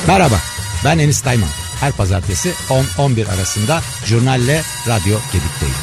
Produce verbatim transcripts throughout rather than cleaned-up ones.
Merhaba, ben Enis Tayman. Her pazartesi on on bir arasında Jurnal'le Radyo Gedik'teyim.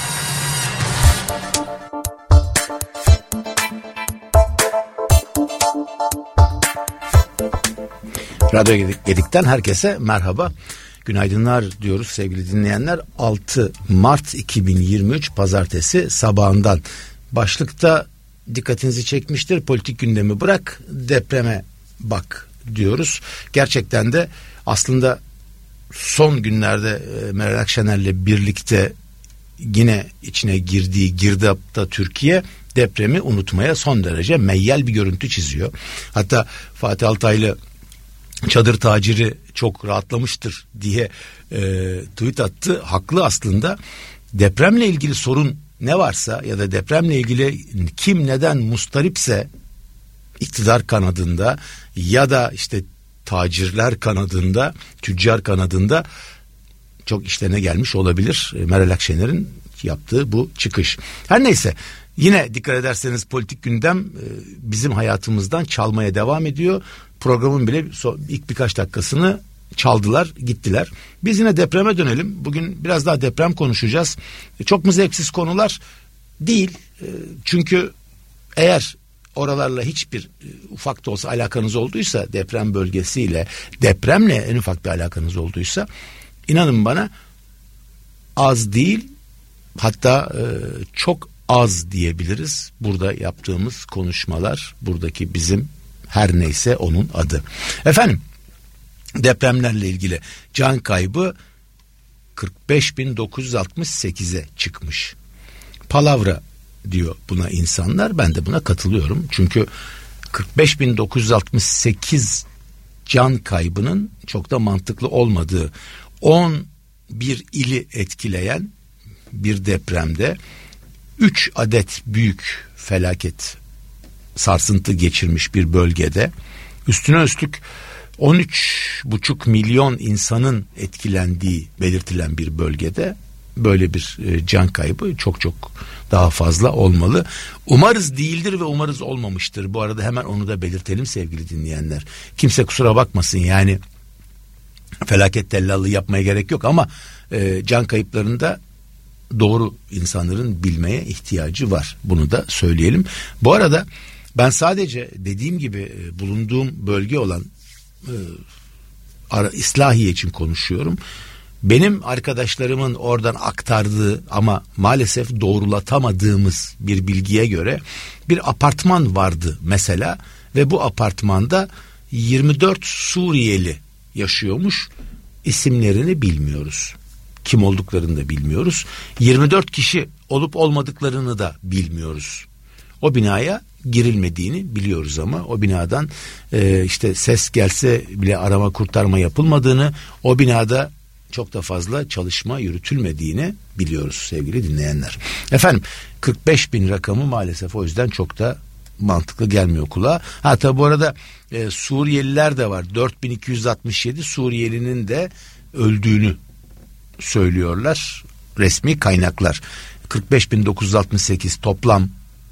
Radyo Gedik'ten herkese merhaba. Günaydınlar diyoruz sevgili dinleyenler. altı Mart iki bin yirmi üç Pazartesi sabahından. Başlıkta dikkatinizi çekmiştir. Politik gündemi bırak, depreme bak diyoruz. Gerçekten de aslında son günlerde Meral Akşener'le birlikte yine içine girdiği girdapta Türkiye depremi unutmaya son derece meyyal bir görüntü çiziyor. Hatta Fatih Altaylı çadır taciri çok rahatlamıştır diye e, tweet attı. Haklı aslında. Depremle ilgili sorun ne varsa ya da depremle ilgili kim neden mustaripse iktidar kanadında ya da işte tacirler kanadında, tüccar kanadında çok işlerine gelmiş olabilir Meral Akşener'in yaptığı bu çıkış. Her neyse, yine dikkat ederseniz politik gündem bizim hayatımızdan çalmaya devam ediyor. Programın bile ilk birkaç dakikasını çaldılar, gittiler. Biz yine depreme dönelim. Bugün biraz daha deprem konuşacağız. Çok mu zevksiz konular? Değil. Çünkü eğer oralarla hiçbir ufak da olsa alakanız olduysa, deprem bölgesiyle, depremle en ufak bir alakanız olduysa, inanın bana az değil, hatta e, çok az diyebiliriz burada yaptığımız konuşmalar, buradaki bizim her neyse onun adı. Efendim, depremlerle ilgili can kaybı kırk beş bin dokuz yüz altmış sekize çıkmış. Palavra diyor buna insanlar. Ben de buna katılıyorum. Çünkü kırk beş bin dokuz yüz altmış sekiz can kaybının çok da mantıklı olmadığı, on bir ili etkileyen bir depremde üç adet büyük felaket, sarsıntı geçirmiş bir bölgede, üstüne üstlük on üç buçuk milyon insanın etkilendiği belirtilen bir bölgede böyle bir e, can kaybı çok çok daha fazla olmalı. Umarız değildir ve umarız olmamıştır. Bu arada hemen onu da belirtelim sevgili dinleyenler. Kimse kusura bakmasın, yani felaket tellallığı yapmaya gerek yok ama e, can kayıplarında doğru insanların bilmeye ihtiyacı var. Bunu da söyleyelim. Bu arada ben sadece dediğim gibi e, bulunduğum bölge olan e, Ara, İslahiye için konuşuyorum. Benim arkadaşlarımın oradan aktardığı ama maalesef doğrulatamadığımız bir bilgiye göre bir apartman vardı mesela ve bu apartmanda yirmi dört Suriyeli yaşıyormuş. İsimlerini bilmiyoruz. Kim olduklarını da bilmiyoruz. yirmi dört kişi olup olmadıklarını da bilmiyoruz. O binaya girilmediğini biliyoruz ama o binadan e, işte ses gelse bile arama kurtarma yapılmadığını, o binada çok da fazla çalışma yürütülmediğini biliyoruz sevgili dinleyenler. Efendim, kırk beş bin rakamı maalesef o yüzden çok da mantıklı gelmiyor kulağa. Ha tabi bu arada e, Suriyeliler de var. dört bin iki yüz altmış yedi Suriyelinin de öldüğünü söylüyorlar resmi kaynaklar. kırk beş bin dokuz yüz altmış sekiz toplam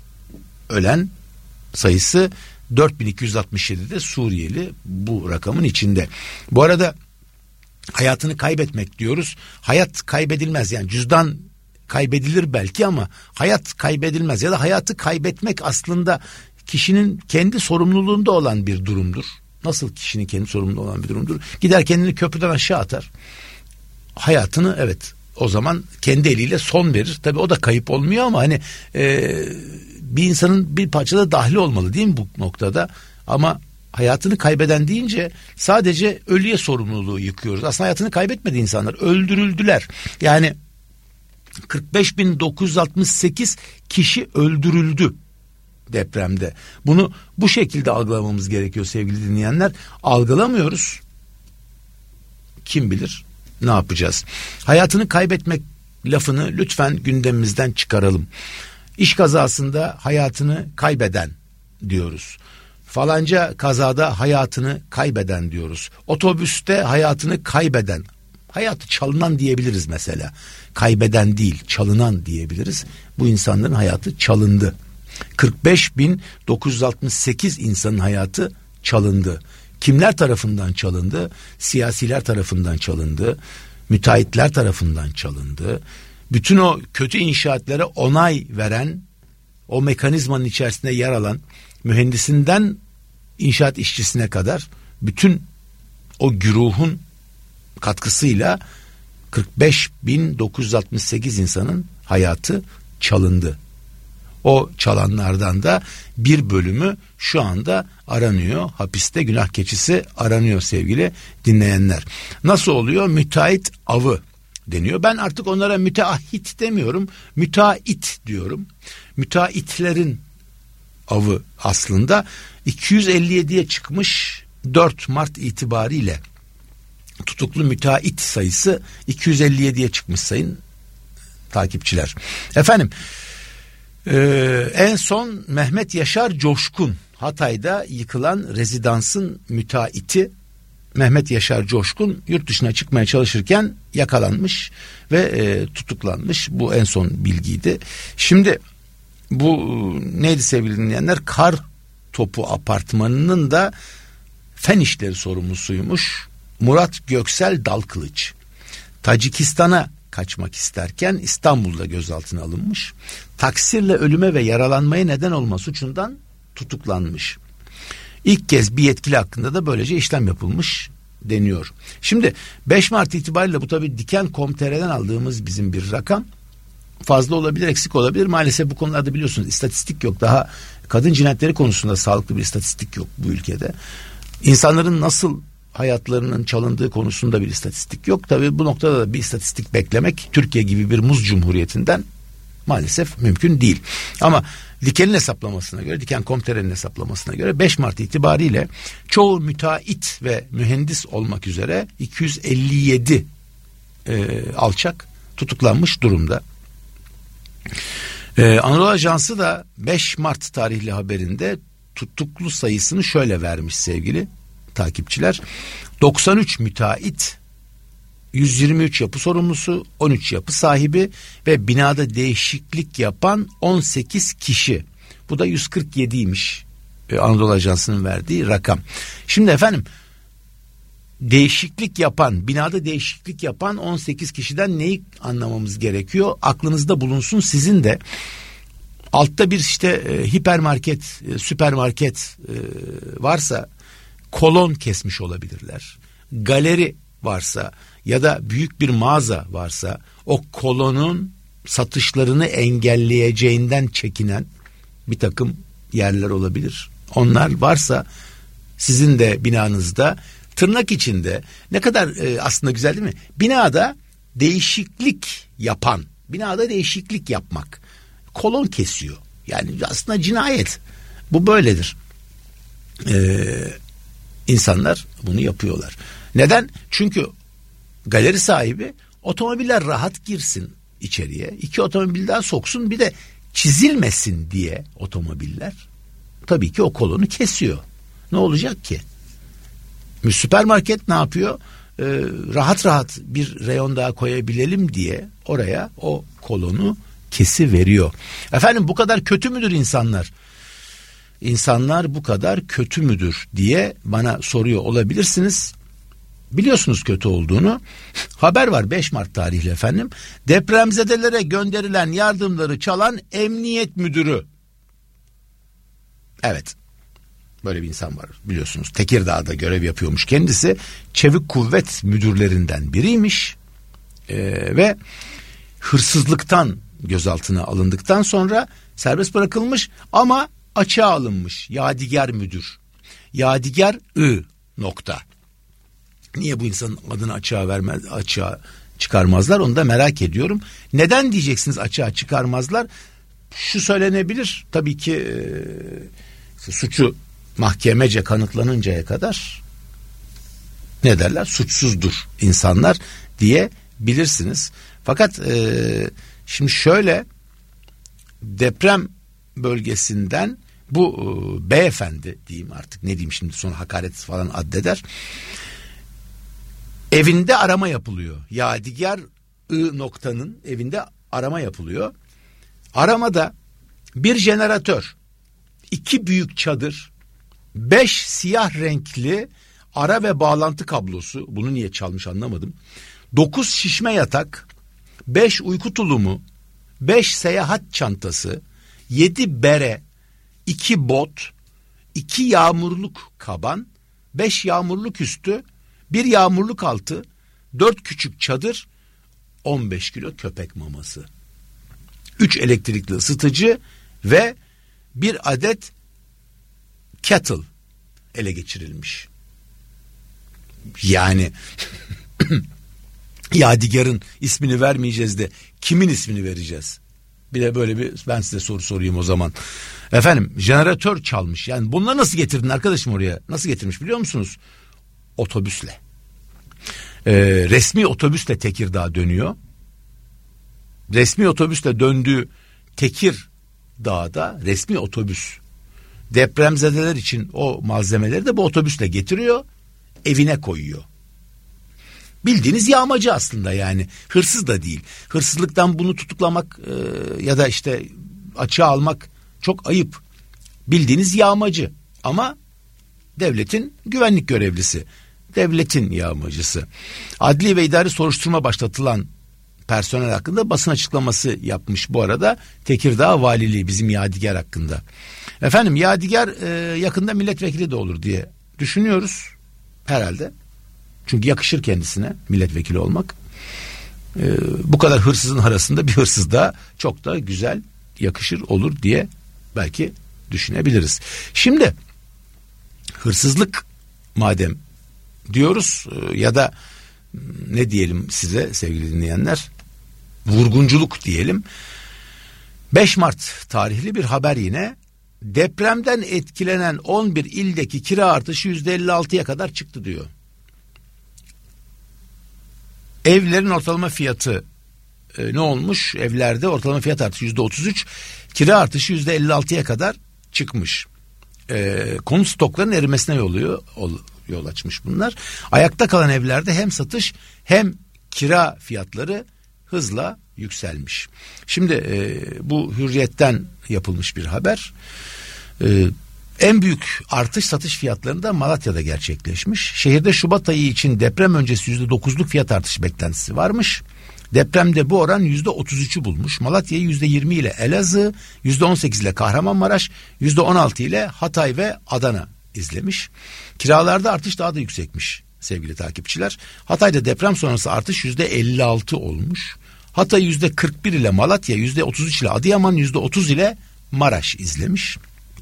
ölen sayısı, dört bin iki yüz altmış yedi de Suriyeli bu rakamın içinde. Bu arada hayatını kaybetmek diyoruz. Hayat kaybedilmez, yani cüzdan kaybedilir belki ama hayat kaybedilmez ya da hayatı kaybetmek aslında kişinin kendi sorumluluğunda olan bir durumdur. Nasıl kişinin kendi sorumluluğunda olan bir durumdur? Gider kendini köprüden aşağı atar. Hayatını evet o zaman kendi eliyle son verir. Tabii o da kayıp olmuyor ama hani e, bir insanın bir parçada dahli olmalı değil mi bu noktada? Ama hayatını kaybeden deyince sadece ölüye sorumluluğu yıkıyoruz. Aslında hayatını kaybetmedi insanlar. Öldürüldüler. Yani kırk beş bin dokuz yüz altmış sekiz kişi öldürüldü depremde. Bunu bu şekilde algılamamız gerekiyor sevgili dinleyenler. Algılamıyoruz. Kim bilir ne yapacağız? Hayatını kaybetmek lafını lütfen gündemimizden çıkaralım. İş kazasında hayatını kaybeden diyoruz. Falanca kazada hayatını kaybeden diyoruz. Otobüste hayatını kaybeden. Hayatı çalınan diyebiliriz mesela. Kaybeden değil, çalınan diyebiliriz. Bu insanların hayatı çalındı. kırk beş bin dokuz yüz altmış sekiz insanın hayatı çalındı. Kimler tarafından çalındı? Siyasiler tarafından çalındı. Müteahhitler tarafından çalındı. Bütün o kötü inşaatlara onay veren, o mekanizmanın içerisinde yer alan mühendisinden inşaat işçisine kadar bütün o güruhun katkısıyla kırk beş bin dokuz yüz altmış sekiz insanın hayatı çalındı. O çalanlardan da bir bölümü şu anda aranıyor. Hapiste günah keçisi aranıyor sevgili dinleyenler. Nasıl oluyor? Müteahhit avı deniyor. Ben artık onlara müteahhit demiyorum. Müteahhit diyorum. Müteahhitlerin avı aslında iki yüz elli yediye çıkmış. dört Mart itibariyle tutuklu müteahhit sayısı iki yüz elli yediye çıkmış sayın takipçiler. Efendim Ee, en son Mehmet Yaşar Coşkun, Hatay'da yıkılan rezidansın müteahhiti Mehmet Yaşar Coşkun yurt dışına çıkmaya çalışırken yakalanmış ve e, tutuklanmış. Bu en son bilgiydi. Şimdi bu neydi sevgili dinleyenler? Kar Topu Apartmanı'nın da fen işleri sorumlusuymuş Murat Göksel Dalkılıç. Tacikistan'a kaçmak isterken İstanbul'da gözaltına alınmış. Taksirle ölüme ve yaralanmaya neden olma suçundan tutuklanmış. İlk kez bir yetkili hakkında da böylece işlem yapılmış deniyor. Şimdi beş Mart itibariyle bu tabii diken nokta com nokta tr'den aldığımız bizim bir rakam. Fazla olabilir, eksik olabilir. Maalesef bu konularda biliyorsunuz istatistik yok. Daha kadın cinayetleri konusunda sağlıklı bir istatistik yok bu ülkede. İnsanların nasıl hayatlarının çalındığı konusunda bir istatistik yok. Tabii bu noktada da bir istatistik beklemek Türkiye gibi bir muz cumhuriyetinden maalesef mümkün değil. Ama Diken'in hesaplamasına göre, Diken nokta com nokta tr'nin hesaplamasına göre beş Mart itibariyle çoğu müteahhit ve mühendis olmak üzere iki yüz elli yedi e, alçak tutuklanmış durumda. Ee, Anadolu Ajansı da beş Mart tarihli haberinde tutuklu sayısını şöyle vermiş sevgili takipçiler. doksan üç müteahhit, yüz yirmi üç yapı sorumlusu, on üç yapı sahibi ve binada değişiklik yapan on sekiz kişi. Bu da yüz kırk yediymiş ee, Anadolu Ajansı'nın verdiği rakam. Şimdi efendim değişiklik yapan, binada değişiklik yapan on sekiz kişiden neyi anlamamız gerekiyor? Aklınızda bulunsun sizin de. Altta bir işte e, hipermarket, e, süpermarket e, varsa kolon kesmiş olabilirler. Galeri varsa ya da büyük bir mağaza varsa o kolonun satışlarını engelleyeceğinden çekinen bir takım yerler olabilir. Onlar varsa sizin de binanızda tırnak içinde ne kadar e, aslında güzel değil mi? Binada değişiklik yapan, binada değişiklik yapmak, kolon kesiyor. Yani aslında cinayet. Bu böyledir. Ee, insanlar bunu yapıyorlar. Neden? Çünkü galeri sahibi otomobiller rahat girsin içeriye. İki otomobil daha soksun, bir de çizilmesin diye otomobiller tabii ki o kolonu kesiyor. Ne olacak ki? Süpermarket ne yapıyor? Ee, rahat rahat bir reyon daha koyabilelim diye oraya o kolonu kesi veriyor. Efendim bu kadar kötü müdür insanlar? İnsanlar bu kadar kötü müdür diye bana soruyor olabilirsiniz. Biliyorsunuz kötü olduğunu. Haber var beş Mart tarihli efendim. Depremzedelere gönderilen yardımları çalan emniyet müdürü. Evet. Böyle bir insan var biliyorsunuz. Tekirdağ'da görev yapıyormuş kendisi. Çevik kuvvet müdürlerinden biriymiş. Ee, ve hırsızlıktan gözaltına alındıktan sonra serbest bırakılmış ama açığa alınmış. Yadigar müdür. Yadigar I nokta. Niye bu insanın adını açığa vermez, açığa çıkarmazlar onu da merak ediyorum. Neden diyeceksiniz açığa çıkarmazlar? Şu söylenebilir tabii ki e, suçu mahkemece kanıtlanıncaya kadar ne derler? Suçsuzdur insanlar diye bilirsiniz. Fakat e, şimdi şöyle deprem bölgesinden bu e, beyefendi diyeyim artık ne diyeyim şimdi sonra hakaret falan addeder. Evinde arama yapılıyor. Yadigar I noktanın evinde arama yapılıyor. Aramada bir jeneratör, iki büyük çadır, beş siyah renkli ara ve bağlantı kablosu, bunu niye çalmış anlamadım. dokuz şişme yatak, beş uyku tulumu, beş seyahat çantası, yedi bere, iki bot, iki yağmurluk kaban, beş yağmurluk üstü, bir yağmurluk altı, dört küçük çadır, on beş kilo köpek maması, üç elektrikli ısıtıcı ve bir adet kettle ele geçirilmiş. Yani Yadigar'ın ismini vermeyeceğiz de kimin ismini vereceğiz? Bir de böyle bir ben size soru sorayım o zaman. Efendim, jeneratör çalmış. Yani bunları nasıl getirdin arkadaşım oraya? Nasıl getirmiş biliyor musunuz? Otobüsle. Ee, resmi otobüsle Tekirdağ dönüyor. Resmi otobüsle döndüğü Tekirdağ'da resmi otobüs depremzedeler için o malzemeleri de bu otobüsle getiriyor, evine koyuyor. Bildiğiniz yağmacı aslında, yani hırsız da değil. Hırsızlıktan bunu tutuklamak e, ya da işte açığa almak çok ayıp. Bildiğiniz yağmacı ama devletin güvenlik görevlisi, devletin yağmacısı. Adli ve idari soruşturma başlatılan personel hakkında basın açıklaması yapmış bu arada Tekirdağ Valiliği bizim Yadigar hakkında. Efendim, Yadigar e, yakında milletvekili de olur diye düşünüyoruz herhalde. Çünkü yakışır kendisine milletvekili olmak. Ee, bu kadar hırsızın arasında bir hırsız da çok da güzel yakışır olur diye belki düşünebiliriz. Şimdi hırsızlık madem diyoruz ya da ne diyelim size sevgili dinleyenler, vurgunculuk diyelim. beş Mart tarihli bir haber yine. Depremden etkilenen on bir ildeki kira artışı yüzde elli altıya kadar çıktı diyor. Evlerin ortalama fiyatı e, ne olmuş? Evlerde ortalama fiyat artışı yüzde otuz üç, kira artışı yüzde elli altıya kadar çıkmış. E, konut stoklarının erimesine yoluyor, yol açmış bunlar. Ayakta kalan evlerde hem satış hem kira fiyatları hızla yükselmiş. Şimdi e, bu Hürriyet'ten yapılmış bir haber. E, En büyük artış satış fiyatlarında Malatya'da gerçekleşmiş. Şehirde Şubat ayı için deprem öncesi yüzde dokuzluk fiyat artışı beklentisi varmış. Depremde bu oran yüzde otuz üçü bulmuş. Malatya'yı yüzde yirmi ile Elazığ, yüzde on sekiz ile Kahramanmaraş, yüzde on altı ile Hatay ve Adana izlemiş. Kiralarda artış daha da yüksekmiş sevgili takipçiler. Hatay'da deprem sonrası artış yüzde elli altı olmuş. Hatay yüzde kırk bir ile Malatya, yüzde otuz üç ile Adıyaman, yüzde otuz ile Maraş izlemiş.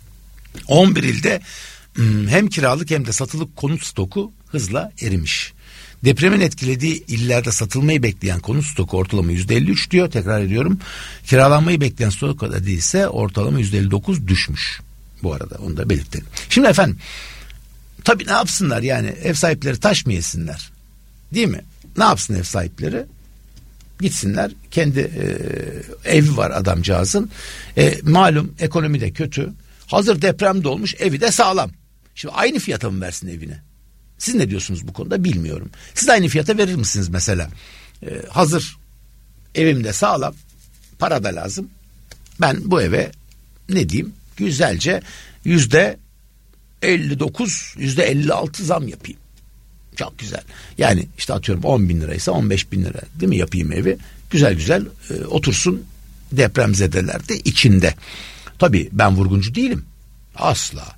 on bir ilde hem kiralık hem de satılık konut stoku hızla erimiş. Depremin etkilediği illerde satılmayı bekleyen konut stoku ortalama yüzde elli üç diyor. Tekrar ediyorum. Kiralanmayı bekleyen stok da değilse ortalama yüzde elli dokuz düşmüş. Bu arada onu da belirtelim. Şimdi efendim, tabii ne yapsınlar yani, ev sahipleri taş mı yesinler? Değil mi? Ne yapsın ev sahipleri? Gitsinler, kendi e, evi var adamcağızın. E, malum ekonomi de kötü. Hazır deprem de olmuş, evi de sağlam. Şimdi aynı fiyata mı versin evine? Siz ne diyorsunuz bu konuda bilmiyorum. Siz aynı fiyata verir misiniz mesela? Ee, hazır evim de sağlam, para da lazım. Ben bu eve ne diyeyim? Güzelce yüzde elli dokuz, yüzde elli altı zam yapayım. Çok güzel. Yani işte atıyorum on bin liraysa on beş bin lira değil mi yapayım evi? Güzel güzel e, otursun depremzedeler de içinde. Tabii ben vurguncu değilim. Asla.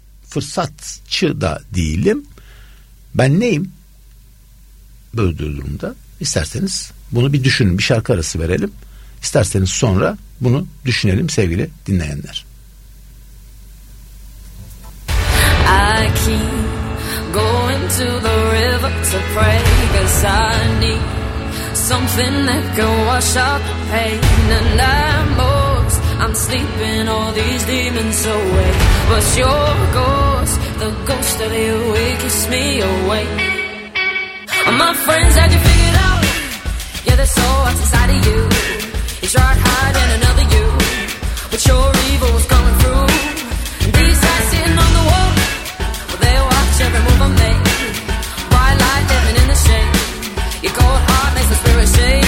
Fırsatçı da değilim. Ben neyim? Böyle durumda. İsterseniz bunu bir düşünün. Bir şarkı arası verelim. İsterseniz sonra bunu düşünelim sevgili dinleyenler. I keep going to the river to pray, 'cause I need something that can wash out the pain. And I'm most I'm sleeping all these demons away, but your ghost, the ghost of you, it keeps me awake. All my friends had you figured out, yeah, they're so what's inside of you. You tried hiding another you, but your evil was coming through. And these eyes sitting on the wall, well, they watch every move I make. Bright light living in the shade, your cold heart makes the spirit shake.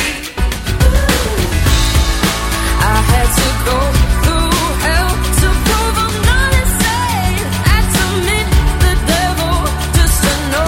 I had to go through hell to prove I'm not insane. Had to meet the devil just to know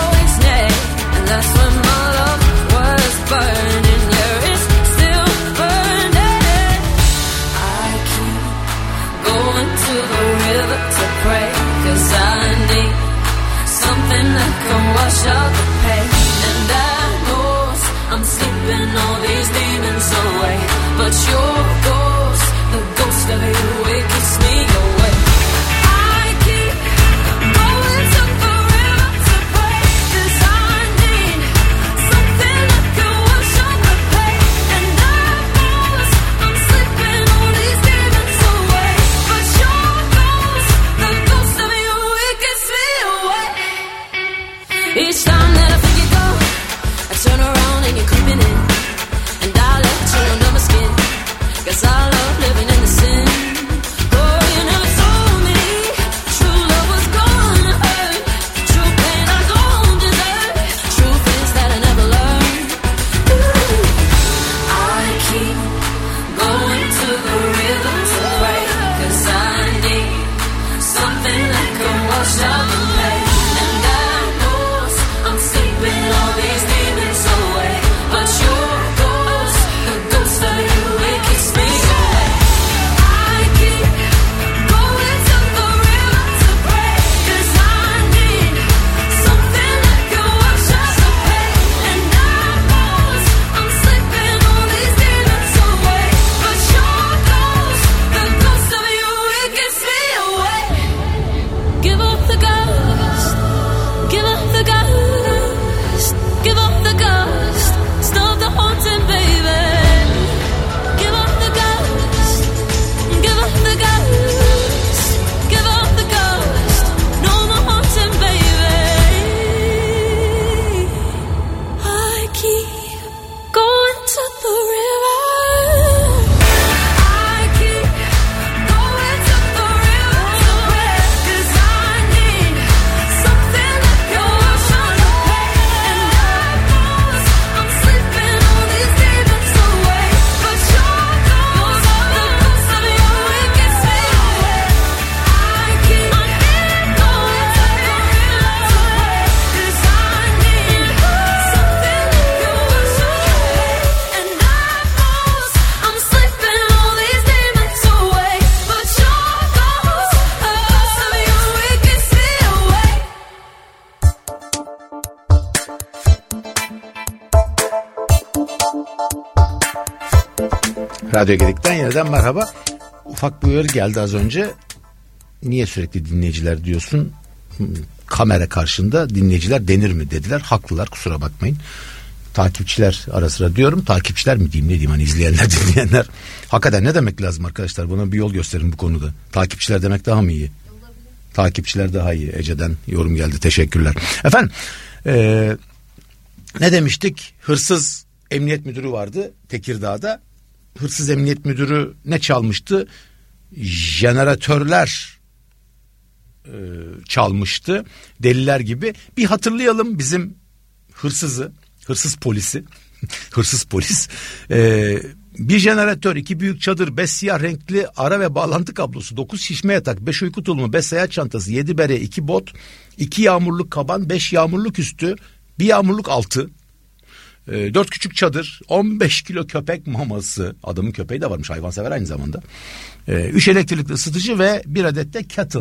Radyo Gedik'ten yeniden merhaba. Ufak bir uyarı geldi az önce. Niye sürekli dinleyiciler diyorsun? Kamera karşında dinleyiciler denir mi dediler. Haklılar, kusura bakmayın. Takipçiler ara sıra diyorum. Takipçiler mi diyeyim, ne diyeyim, hani izleyenler, dinleyenler. Hakikaten ne demek lazım arkadaşlar? Bana bir yol gösterin bu konuda. Takipçiler demek daha mı iyi? Takipçiler daha iyi. Ece'den yorum geldi. Teşekkürler. Efendim ee, ne demiştik? Hırsız emniyet müdürü vardı Tekirdağ'da. Hırsız emniyet müdürü ne çalmıştı? Jeneratörler e, çalmıştı. Deliler gibi. Bir hatırlayalım bizim hırsızı. Hırsız polisi. Hırsız polis. Ee, bir jeneratör, iki büyük çadır, beş siyah renkli ara ve bağlantı kablosu, dokuz şişme yatak, beş uyku tulumu, beş seyahat çantası, yedi bere, iki bot, iki yağmurluk kaban, beş yağmurluk üstü, bir yağmurluk altı, e, dört küçük çadır, on beş kilo köpek maması, adamın köpeği de varmış, hayvansever aynı zamanda, e, üç elektrikli ısıtıcı ve bir adet de kettle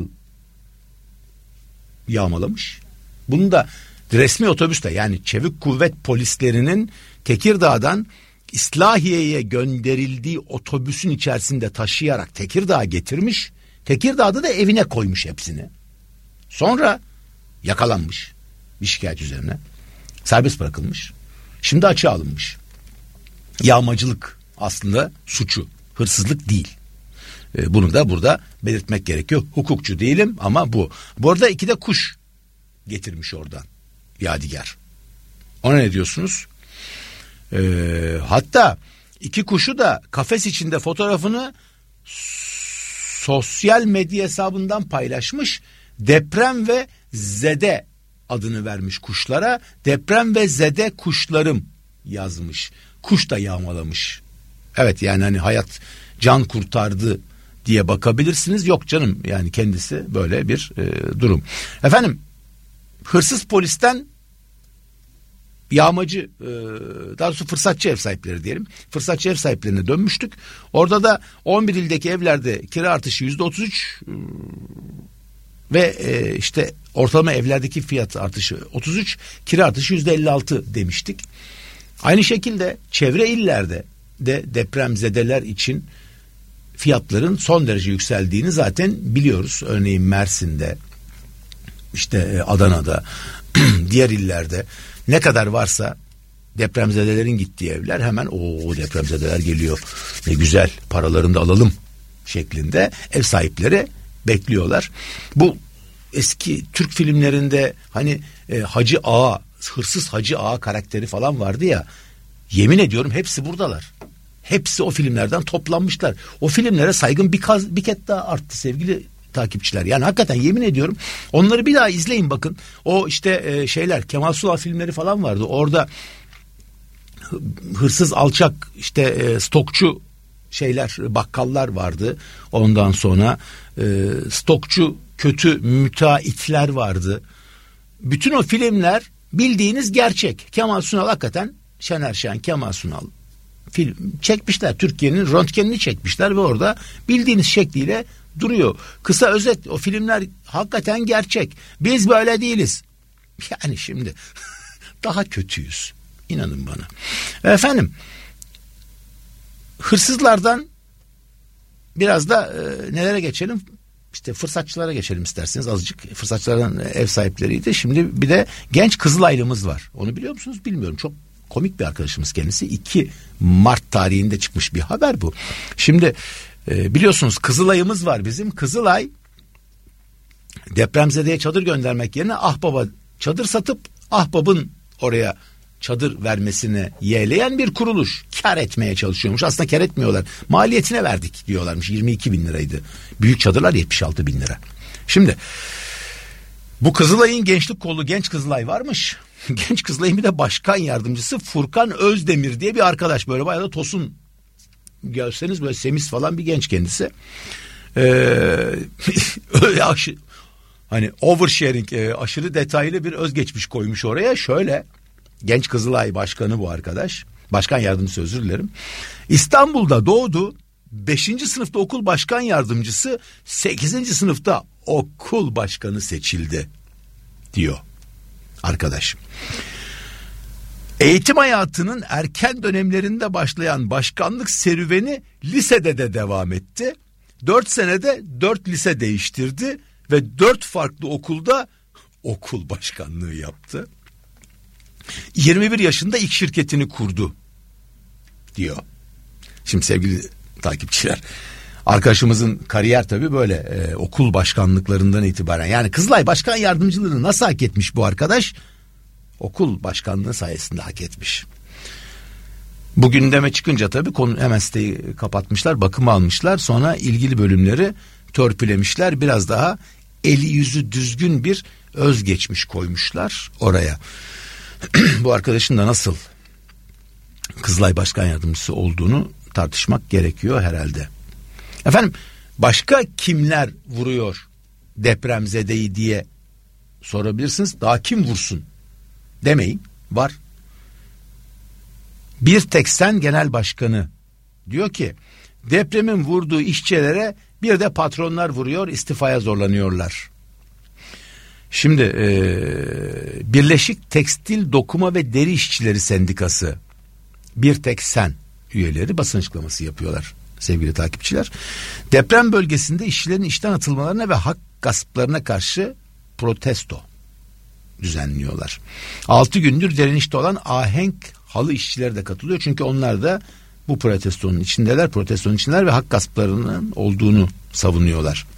yağmalamış. Bunu da resmi otobüste, yani çevik kuvvet polislerinin Tekirdağ'dan İslahiye'ye gönderildiği otobüsün içerisinde taşıyarak Tekirdağ'a getirmiş. Tekirdağ'da da evine koymuş hepsini. Sonra yakalanmış bir şikayet üzerine. Serbest bırakılmış. Şimdi açığa alınmış. Yağmacılık aslında suçu, hırsızlık değil. Ee, bunu da burada belirtmek gerekiyor. Hukukçu değilim ama bu. Bu arada iki de kuş getirmiş oradan. Yadigar. Ona ne diyorsunuz? Ee, hatta iki kuşu da kafes içinde fotoğrafını sosyal medya hesabından paylaşmış. Deprem ve zede adını vermiş kuşlara. Deprem ve zede kuşlarım yazmış. Kuş da yağmalamış. Evet, yani hani hayat can kurtardı diye bakabilirsiniz. Yok canım, yani kendisi böyle bir e, durum. Efendim, hırsız polisten yağmacı, daha doğrusu fırsatçı ev sahipleri diyelim. Fırsatçı ev sahiplerine dönmüştük. Orada da on bir ildeki evlerde kira artışı yüzde otuz üç ve işte ortalama evlerdeki fiyat artışı otuz üç, kira artışı yüzde elli altı demiştik. Aynı şekilde çevre illerde de depremzedeler için fiyatların son derece yükseldiğini zaten biliyoruz. Örneğin Mersin'de, işte Adana'da, diğer illerde ne kadar varsa depremzedelerin gittiği evler hemen o depremzedeler geliyor, ne güzel, paralarını da alalım şeklinde ev sahipleri bekliyorlar. Bu eski Türk filmlerinde hani e, Hacı Ağa, hırsız Hacı Ağa karakteri falan vardı ya, yemin ediyorum hepsi buradalar. Hepsi o filmlerden toplanmışlar. O filmlere saygım bir, kaz, bir ket daha arttı sevgili takipçiler. Yani hakikaten yemin ediyorum, onları bir daha izleyin bakın. O işte e, şeyler, Kemal Sunal filmleri falan vardı. Orada hırsız, alçak, işte e, stokçu şeyler, bakkallar vardı. Ondan sonra e, stokçu kötü müteahhitler vardı. Bütün o filmler bildiğiniz gerçek. Kemal Sunal hakikaten, Şener Şen, Kemal Sunal film çekmişler. Türkiye'nin röntgenini çekmişler ve orada bildiğiniz şekliyle duruyor. Kısa özet, o filmler hakikaten gerçek. Biz böyle değiliz. Yani şimdi daha kötüyüz. İnanın bana. Efendim, hırsızlardan biraz da e, nelere geçelim? İşte fırsatçılara geçelim isterseniz azıcık. Fırsatçılardan ev sahipleriydi. Şimdi bir de genç Kızılaylımız var. Onu biliyor musunuz? Bilmiyorum. Çok komik bir arkadaşımız kendisi. iki Mart tarihinde çıkmış bir haber bu. Şimdi e, biliyorsunuz Kızılay'ımız var bizim. Kızılay depremzedeye çadır göndermek yerine Ahbap'a çadır satıp Ahbap'ın oraya çadır vermesini yeğleyen bir kuruluş. Kar etmeye çalışıyormuş. Aslında kar etmiyorlar. Maliyetine verdik diyorlarmış. yirmi iki bin liraydı. Büyük çadırlar yetmiş altı bin lira. Şimdi bu Kızılay'ın gençlik kolu Genç Kızılay varmış. Genç Kızılay'ın bir de başkan yardımcısı Furkan Özdemir diye bir arkadaş. Böyle bayağı da tosun, görseniz böyle semiz falan bir genç kendisi. Ee, aşı, hani oversharing, e, aşırı detaylı bir özgeçmiş koymuş oraya. Şöyle, Genç Kızılay Başkanı bu arkadaş. Başkan yardımcısı, özür dilerim. İstanbul'da doğdu. beşinci sınıfta okul başkan yardımcısı, sekizinci sınıfta okul başkanı seçildi diyor arkadaş. Eğitim hayatının erken dönemlerinde başlayan başkanlık serüveni lisede de devam etti. Dört senede dört lise değiştirdi ve dört farklı okulda okul başkanlığı yaptı. yirmi bir yaşında ilk şirketini kurdu diyor. Şimdi sevgili takipçiler, arkadaşımızın kariyer tabii böyle e, okul başkanlıklarından itibaren, yani Kızılay Başkan Yardımcılığını nasıl hak etmiş bu arkadaş? Okul başkanlığı sayesinde hak etmiş. Bu gündeme çıkınca tabii konu, hemen siteyi kapatmışlar, bakıma almışlar, sonra ilgili bölümleri törpülemişler, biraz daha eli yüzü düzgün bir özgeçmiş koymuşlar oraya. Bu arkadaşın da nasıl Kızılay Başkan Yardımcısı olduğunu tartışmak gerekiyor herhalde. Efendim, başka kimler vuruyor depremzedeyi diye sorabilirsiniz. Daha kim vursun demeyin, var. Bir Tek Sen Genel Başkanı diyor ki depremin vurduğu işçilere bir de patronlar vuruyor, istifaya zorlanıyorlar. Şimdi e, Birleşik Tekstil, Dokuma ve Deri İşçileri Sendikası Bir Tek Sen üyeleri basın açıklaması yapıyorlar sevgili takipçiler. Deprem bölgesinde işçilerin işten atılmalarına ve hak gasplarına karşı protesto düzenliyorlar. Altı gündür direnişte olan Ahenk Halı işçileri de katılıyor. Çünkü onlar da bu protestonun içindeler, protestonun içindeler ve hak gasplarının olduğunu savunuyorlar.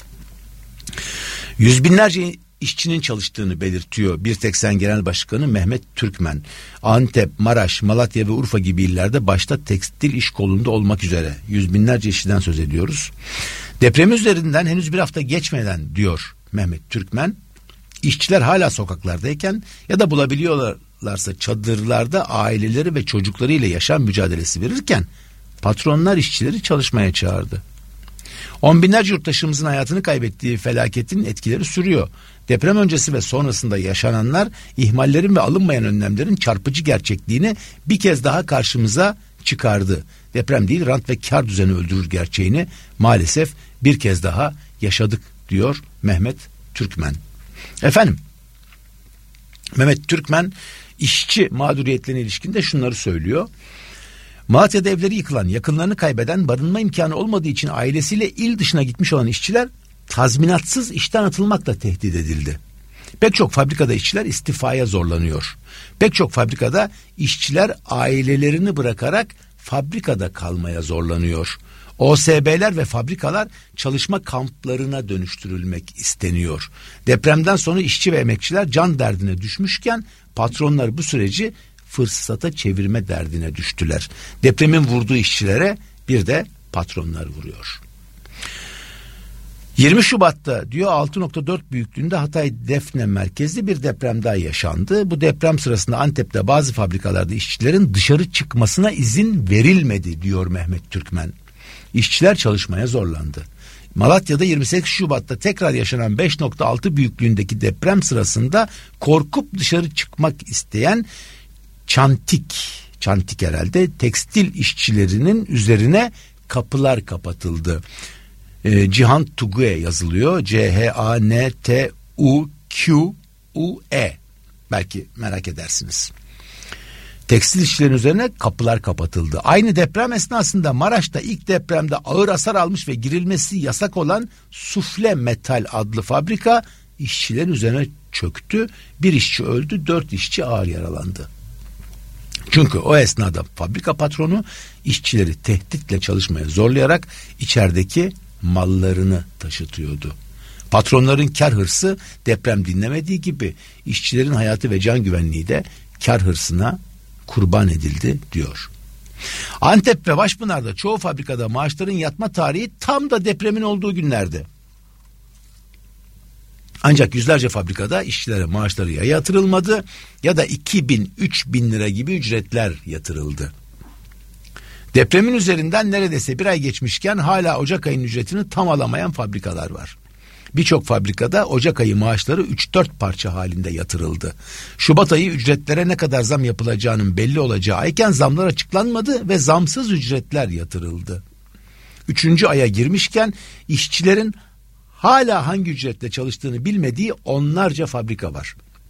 Yüz binlerce işçinin çalıştığını belirtiyor Bir Tek Sen Genel Başkanı Mehmet Türkmen. Antep, Maraş, Malatya ve Urfa gibi illerde başta tekstil iş kolunda olmak üzere yüz binlerce işçiden söz ediyoruz. Deprem üzerinden henüz bir hafta geçmeden diyor Mehmet Türkmen, işçiler hala sokaklardayken ya da bulabiliyorlarsa çadırlarda aileleri ve çocuklarıyla yaşam mücadelesi verirken patronlar işçileri çalışmaya çağırdı. On binlerce yurttaşımızın hayatını kaybettiği felaketin etkileri sürüyor. Deprem öncesi ve sonrasında yaşananlar ihmallerin ve alınmayan önlemlerin çarpıcı gerçekliğini bir kez daha karşımıza çıkardı. Deprem değil, rant ve kar düzeni öldürür gerçeğini maalesef bir kez daha yaşadık diyor Mehmet Türkmen. Efendim, Mehmet Türkmen işçi mağduriyetlerine ilişkin de şunları söylüyor. Malatya'da evleri yıkılan, yakınlarını kaybeden, barınma imkanı olmadığı için ailesiyle il dışına gitmiş olan işçiler tazminatsız işten atılmakla tehdit edildi. Pek çok fabrikada işçiler istifaya zorlanıyor. Pek çok fabrikada işçiler ailelerini bırakarak fabrikada kalmaya zorlanıyor. O S B'ler ve fabrikalar çalışma kamplarına dönüştürülmek isteniyor. Depremden sonra işçi ve emekçiler can derdine düşmüşken patronlar bu süreci fırsata çevirme derdine düştüler. Depremin vurduğu işçilere bir de patronlar vuruyor. yirmi Şubat'ta diyor altı nokta dört büyüklüğünde Hatay Defne merkezli bir deprem daha yaşandı. Bu deprem sırasında Antep'te bazı fabrikalarda işçilerin dışarı çıkmasına izin verilmedi diyor Mehmet Türkmen. İşçiler çalışmaya zorlandı. Malatya'da yirmi sekiz Şubat'ta tekrar yaşanan beş nokta altı büyüklüğündeki deprem sırasında korkup dışarı çıkmak isteyen Çantik, Çantik herhalde tekstil işçilerinin üzerine kapılar kapatıldı. E, Cihan Tugu'ya yazılıyor. C H A N T U Q U E. Belki merak edersiniz. Tekstil işçilerin üzerine kapılar kapatıldı. Aynı deprem esnasında Maraş'ta ilk depremde ağır hasar almış ve girilmesi yasak olan Sufle Metal adlı fabrika işçilerin üzerine çöktü. Bir işçi öldü, dört işçi ağır yaralandı. Çünkü o esnada fabrika patronu işçileri tehditle çalışmaya zorlayarak içerideki mallarını taşıtıyordu. Patronların kar hırsı deprem dinlemediği gibi işçilerin hayatı ve can güvenliği de kar hırsına kurban edildi diyor. Antep ve Başpınar'da çoğu fabrikada maaşların yatma tarihi tam da depremin olduğu günlerde. Ancak yüzlerce fabrikada işçilere maaşları ya yatırılmadı ya da iki bin üç bin lira gibi ücretler yatırıldı. Depremin üzerinden neredeyse bir ay geçmişken hala Ocak ayının ücretini tam alamayan fabrikalar var. Birçok fabrikada Ocak ayı maaşları üç dört parça halinde yatırıldı. Şubat ayı ücretlere ne kadar zam yapılacağının belli olacağı ayken zamlar açıklanmadı ve zamsız ücretler yatırıldı. Üçüncü aya girmişken işçilerin hala hangi ücretle çalıştığını bilmediği onlarca fabrika var.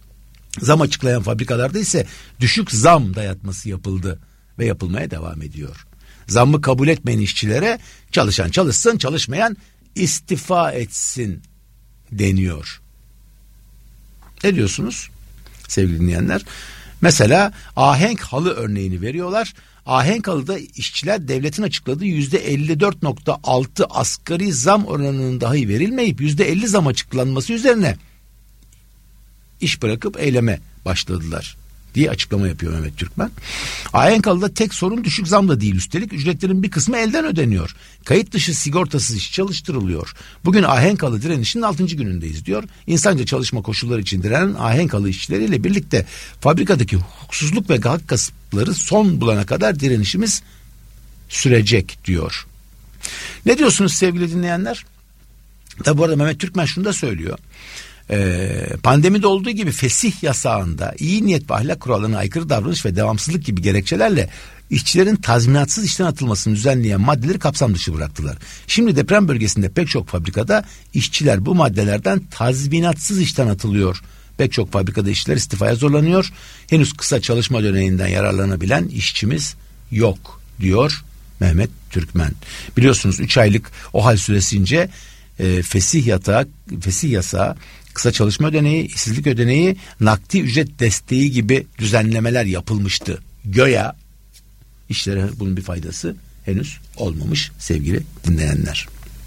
Zam açıklayan fabrikalarda ise düşük zam dayatması yapıldı ve yapılmaya devam ediyor. Zammı kabul etmeyen işçilere çalışan çalışsın, çalışmayan istifa etsin deniyor. Ne diyorsunuz sevgili dinleyenler? Mesela ahenk halı örneğini veriyorlar. Ahenk halıda işçiler devletin açıkladığı yüzde elli dört nokta altı asgari zam oranının dahi verilmeyip yüzde elli zam açıklanması üzerine iş bırakıp eyleme başladılar diye açıklama yapıyor Mehmet Türkmen. Ahenk halıda tek sorun düşük zam da değil, üstelik ücretlerin bir kısmı elden ödeniyor. Kayıt dışı sigortasız iş çalıştırılıyor. Bugün ahenk halı direnişinin altıncı günündeyiz diyor. İnsanca çalışma koşulları için direnen ahenk halı işçileriyle birlikte fabrikadaki hukuksuzluk ve hak gaspları son bulana kadar direnişimiz sürecek diyor. Ne diyorsunuz sevgili dinleyenler? Tabi bu arada Mehmet Türkmen şunu da söylüyor. Ee, pandemide olduğu gibi fesih yasağında iyi niyet ve ahlak kurallarına aykırı davranış ve devamsızlık gibi gerekçelerle işçilerin tazminatsız işten atılmasını düzenleyen maddeleri kapsam dışı bıraktılar. Şimdi deprem bölgesinde pek çok fabrikada işçiler bu maddelerden tazminatsız işten atılıyor. Pek çok fabrikada işçiler istifaya zorlanıyor. Henüz kısa çalışma döneminden yararlanabilen işçimiz yok diyor Mehmet Türkmen. Biliyorsunuz üç aylık o hal süresince e, fesih yatağı, fesih yasağı, kısa çalışma ödeneği, işsizlik ödeneği, nakdi ücret desteği gibi düzenlemeler yapılmıştı. Göya işlere bunun bir faydası henüz olmamış sevgili dinleyenler.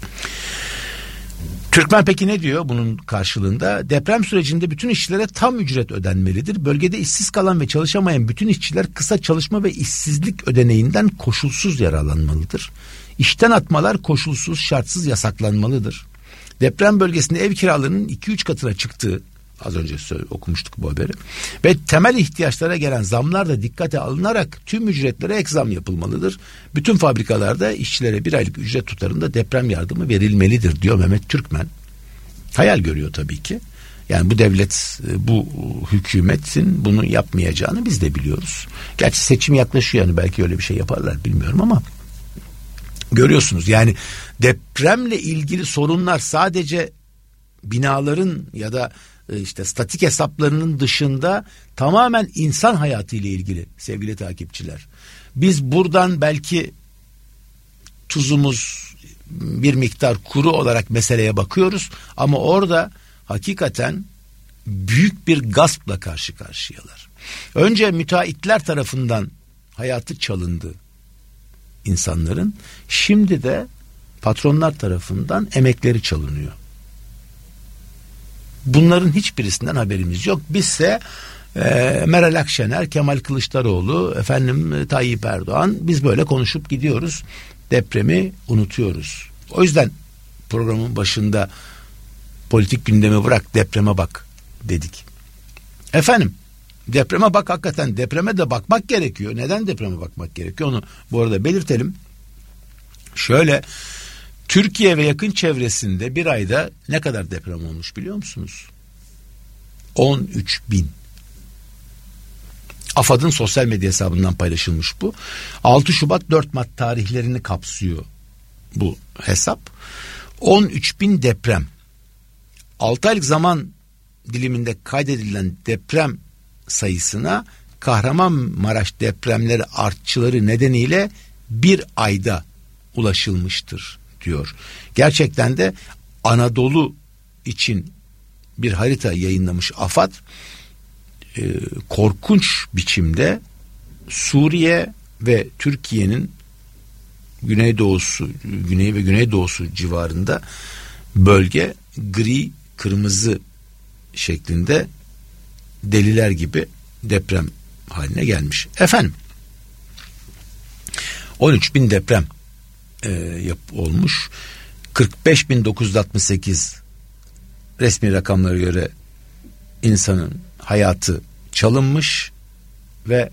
Türkmen peki ne diyor bunun karşılığında? Deprem sürecinde bütün işçilere tam ücret ödenmelidir. Bölgede işsiz kalan ve çalışamayan bütün işçiler kısa çalışma ve işsizlik ödeneğinden koşulsuz yararlanmalıdır. İşten atmalar koşulsuz, şartsız yasaklanmalıdır. Deprem bölgesinde ev kiralarının iki üç katına çıktığı, az önce okumuştuk bu haberi, ve temel ihtiyaçlara gelen zamlar da dikkate alınarak tüm ücretlere ek zam yapılmalıdır. Bütün fabrikalarda işçilere bir aylık ücret tutarında deprem yardımı verilmelidir diyor Mehmet Türkmen. Hayal görüyor tabii ki. Yani bu devlet, bu hükümetin bunu yapmayacağını biz de biliyoruz. Gerçi seçim yaklaşıyor, yani belki öyle bir şey yaparlar bilmiyorum ama görüyorsunuz yani depremle ilgili sorunlar sadece binaların ya da işte statik hesaplarının dışında tamamen insan hayatı ile ilgili sevgili takipçiler. Biz buradan belki tuzumuz bir miktar kuru olarak meseleye bakıyoruz ama orada hakikaten büyük bir gaspla karşı karşıyalar. Önce müteahhitler tarafından hayatı çalındı insanların, şimdi de patronlar tarafından emekleri çalınıyor. Bunların hiçbirisinden haberimiz yok. Bizse e, Meral Akşener, Kemal Kılıçdaroğlu, efendim Tayyip Erdoğan, biz böyle konuşup gidiyoruz. Depremi unutuyoruz. O yüzden programın başında politik gündemi bırak, depreme bak dedik. Efendim depreme bak, hakikaten depreme de bakmak gerekiyor. Neden depreme bakmak gerekiyor onu bu arada belirtelim. Şöyle, Türkiye ve yakın çevresinde bir ayda ne kadar deprem olmuş biliyor musunuz? on üç bin. AFAD'ın sosyal medya hesabından paylaşılmış bu. altı Şubat dört Mart tarihlerini kapsıyor bu hesap. on üç bin deprem. altı aylık zaman diliminde kaydedilen deprem sayısına Kahramanmaraş depremleri artçıları nedeniyle bir ayda ulaşılmıştır diyor. Gerçekten de Anadolu için bir harita yayınlamış AFAD, e, korkunç biçimde Suriye ve Türkiye'nin güneydoğusu, güney ve güneydoğusu civarında bölge gri, kırmızı şeklinde deliler gibi deprem haline gelmiş. Efendim on üç bin deprem e, yap, olmuş. kırk beş bin dokuz yüz altmış sekiz resmi rakamlara göre insanın hayatı çalınmış ve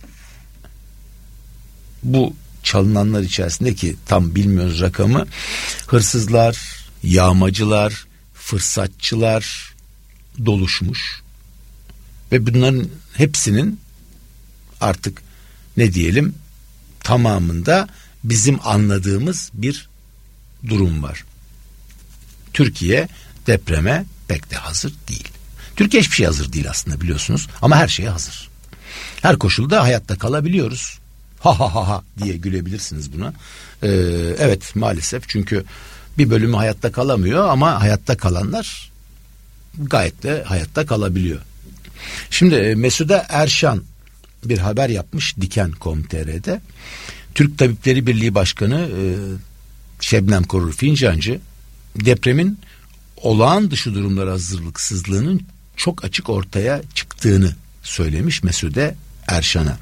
bu çalınanlar içerisindeki tam bilmiyoruz rakamı, hırsızlar, yağmacılar, fırsatçılar doluşmuş ve bunların hepsinin artık ne diyelim tamamında bizim anladığımız bir durum var. Türkiye depreme pek de hazır değil. Türkiye hiçbir şey hazır değil aslında, biliyorsunuz, ama her şeye hazır. Her koşulda hayatta kalabiliyoruz. Ha ha ha ha diye gülebilirsiniz buna. Ee, evet maalesef, çünkü bir bölümü hayatta kalamıyor ama hayatta kalanlar gayet de hayatta kalabiliyor. Şimdi Mesude Erşan bir haber yapmış diken nokta com nokta tr'de. Türk Tabipleri Birliği Başkanı e, Şebnem Korur Fincancı depremin olağan dışı durumlar hazırlıksızlığının çok açık ortaya çıktığını söylemiş Mesude Erşan'a.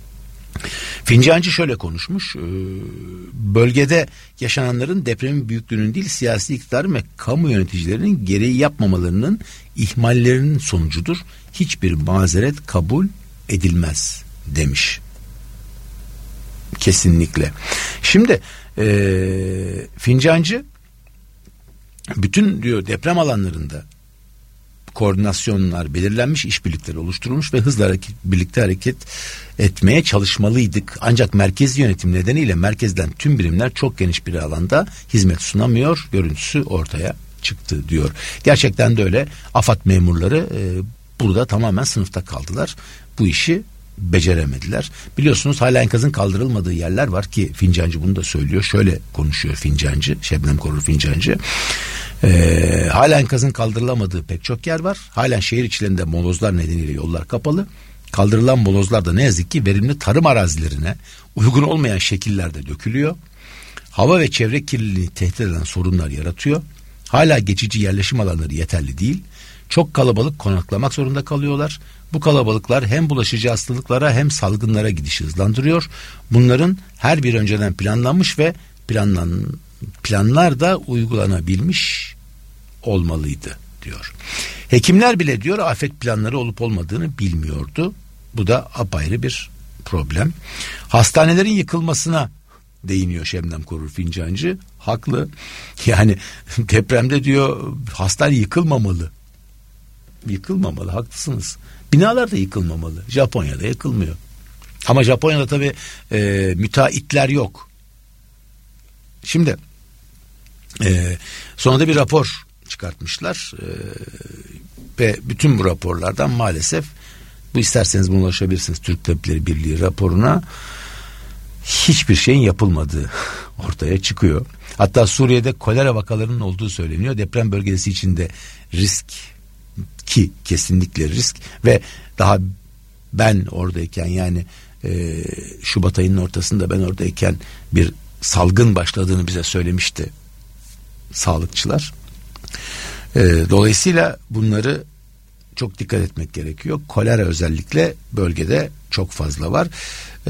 Fincancı şöyle konuşmuş: bölgede yaşananların depremin büyüklüğünün değil, siyasi iktidarın ve kamu yöneticilerinin gereği yapmamalarının, ihmallerinin sonucudur. Hiçbir mazeret kabul edilmez demiş. Kesinlikle. Şimdi e, Fincancı bütün diyor deprem alanlarında koordinasyonlar belirlenmiş, işbirlikleri oluşturulmuş ve hızla hareket, birlikte hareket etmeye çalışmalıydık. Ancak merkezi yönetim nedeniyle merkezden tüm birimler çok geniş bir alanda hizmet sunamıyor görüntüsü ortaya çıktı diyor. Gerçekten de öyle. AFAD memurları e, burada tamamen sınıfta kaldılar. Bu işi beceremediler. Biliyorsunuz hala enkazın kaldırılmadığı yerler var ki Fincancı bunu da söylüyor. Şöyle konuşuyor Fincancı, Şebnem Korur Fincancı. Ee, hala enkazın kaldırılamadığı pek çok yer var. Halen şehir içlerinde molozlar nedeniyle yollar kapalı. Kaldırılan molozlar da ne yazık ki verimli tarım arazilerine uygun olmayan şekillerde dökülüyor. Hava ve çevre kirliliğini tehdit eden sorunlar yaratıyor. Hala geçici yerleşim alanları yeterli değil. Çok kalabalık konaklamak zorunda kalıyorlar. Bu kalabalıklar hem bulaşıcı hastalıklara hem salgınlara gidişi hızlandırıyor. Bunların her bir önceden planlanmış ve planlan, planlar da uygulanabilmiş olmalıydı diyor. Hekimler bile diyor afet planları olup olmadığını bilmiyordu. Bu da apayrı bir problem. Hastanelerin yıkılmasına değiniyor Şebnem Korur Fincancı. Haklı. Yani depremde diyor hastane yıkılmamalı. Yıkılmamalı, haklısınız. Binalar da yıkılmamalı. Japonya'da yıkılmıyor. Ama Japonya'da tabii e, müteahhitler yok. Şimdi e, sonra da bir rapor çıkartmışlar e, ve bütün bu raporlardan maalesef, bu isterseniz buna ulaşabilirsiniz, Türk Tabipleri Birliği raporuna, hiçbir şeyin yapılmadığı ortaya çıkıyor. Hatta Suriye'de kolera vakalarının olduğu söyleniyor. Deprem bölgesi içinde risk, ki kesinlikle risk, ve daha ben oradayken, yani e, Şubat ayının ortasında ben oradayken bir salgın başladığını bize söylemişti sağlıkçılar. E, dolayısıyla bunları çok dikkat etmek gerekiyor. Kolera özellikle bölgede çok fazla var. E,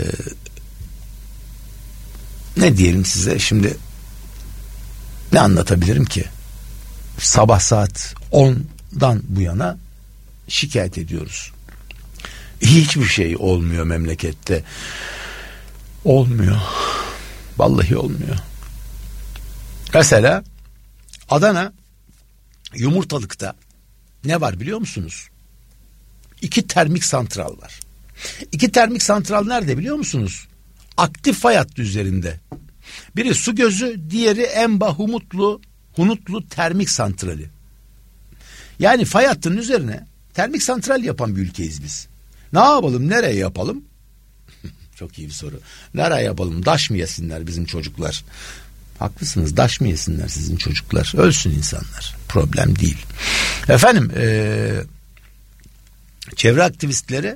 ne diyelim size şimdi, ne anlatabilirim ki? Sabah saat ondan bu yana şikayet ediyoruz. Hiçbir şey olmuyor memlekette. Olmuyor. Vallahi olmuyor. Mesela Adana Yumurtalık'ta ne var biliyor musunuz? İki termik santral var. İki termik santral nerede biliyor musunuz? Aktif fay hattı üzerinde. Biri Su Gözü, diğeri Emba Humutlu Hunutlu termik santrali. Yani fay hattının üzerine termik santral yapan bir ülkeyiz biz. Ne yapalım, nereye yapalım? Çok iyi bir soru. Nereye yapalım? Daş mı yesinler bizim çocuklar? Haklısınız, daş mı yesinler sizin çocuklar? Ölsün insanlar. Problem değil. Efendim ee, çevre aktivistleri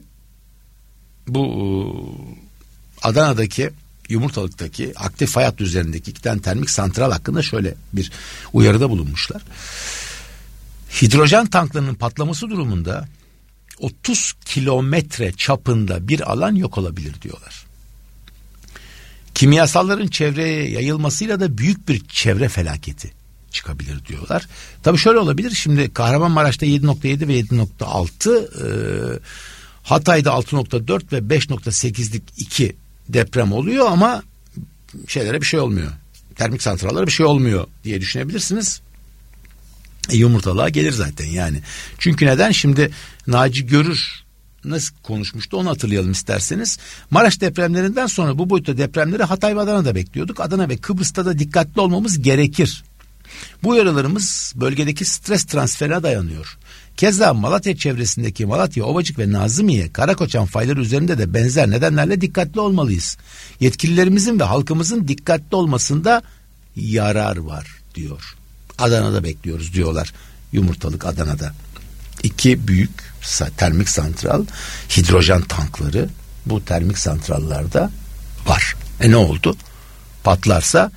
bu Adana'daki Yumurtalık'taki aktif fay hattı üzerindeki iki tane termik santral hakkında şöyle bir uyarıda bulunmuşlar. Hidrojen tanklarının patlaması durumunda otuz kilometre çapında bir alan yok olabilir diyorlar. Kimyasalların çevreye yayılmasıyla da büyük bir çevre felaketi çıkabilir diyorlar. Tabii şöyle olabilir. Şimdi Kahramanmaraş'ta yedi nokta yedi ve yedi nokta altı, e, Hatay'da altı nokta dört ve beş nokta sekizlik iki deprem oluyor ama şeylere bir şey olmuyor. Termik santrallara bir şey olmuyor diye düşünebilirsiniz. E, yumurtalığa gelir zaten yani. Çünkü neden? Şimdi Naci Görür nasıl konuşmuştu onu hatırlayalım isterseniz. Maraş depremlerinden sonra bu boyutta depremleri Hatay ve Adana'da bekliyorduk. Adana ve Kıbrıs'ta da dikkatli olmamız gerekir. Bu uyarılarımız bölgedeki stres transferine dayanıyor. Keza Malatya çevresindeki Malatya, Ovacık ve Nazımiye, Karakoçan fayları üzerinde de benzer nedenlerle dikkatli olmalıyız. Yetkililerimizin ve halkımızın dikkatli olmasında yarar var diyor. Adana'da bekliyoruz diyorlar. Yumurtalık Adana'da. İki büyük termik santral, hidrojen tankları bu termik santrallarda var. E ne oldu? Patlarsa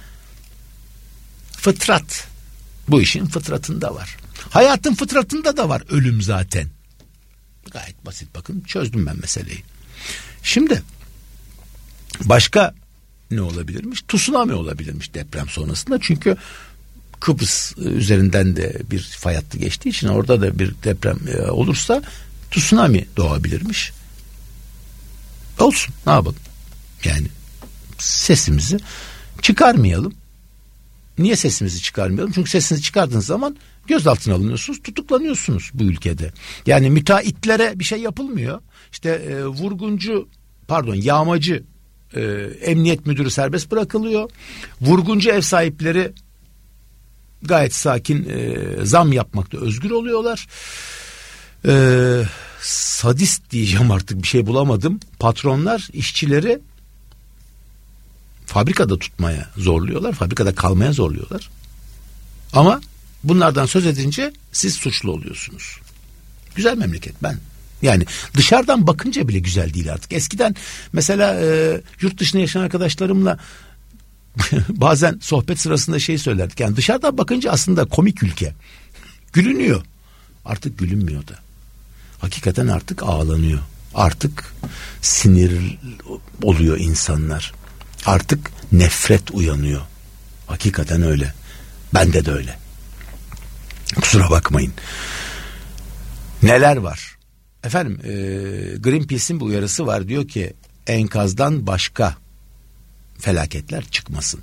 fıtrat. Bu işin fıtratında var. Hayatın fıtratında da var ölüm zaten. Gayet basit, bakın çözdüm ben meseleyi. Şimdi başka ne olabilirmiş? Tsunami olabilirmiş deprem sonrasında. Çünkü Kıbrıs üzerinden de bir fay hattı geçtiği için orada da bir deprem olursa tsunami doğabilirmiş. Olsun, ne yapalım? Yani sesimizi çıkarmayalım. Niye sesimizi çıkarmayalım? Çünkü sesinizi çıkardığınız zaman gözaltına alınıyorsunuz, tutuklanıyorsunuz bu ülkede. Yani müteahhitlere bir şey yapılmıyor. İşte e, vurguncu, pardon yağmacı e, emniyet müdürü serbest bırakılıyor. Vurguncu ev sahipleri gayet sakin e, zam yapmakta özgür oluyorlar. E, sadist diyeceğim, artık bir şey bulamadım. Patronlar işçileri fabrikada tutmaya zorluyorlar, fabrikada kalmaya zorluyorlar. Ama bunlardan söz edince siz suçlu oluyorsunuz. Güzel memleket ben. Yani dışarıdan bakınca bile güzel değil artık. Eskiden mesela e, yurt dışında yaşayan arkadaşlarımla bazen sohbet sırasında şey söylerdik. Yani dışarıdan bakınca aslında komik ülke. Gülünüyor. Artık gülünmüyor da. Hakikaten artık ağlanıyor. Artık sinir oluyor insanlar. Artık nefret uyanıyor. Hakikaten öyle. Bende de öyle. Kusura bakmayın. Neler var? Efendim e, Greenpeace'in bir uyarısı var. Diyor ki enkazdan başka felaketler çıkmasın.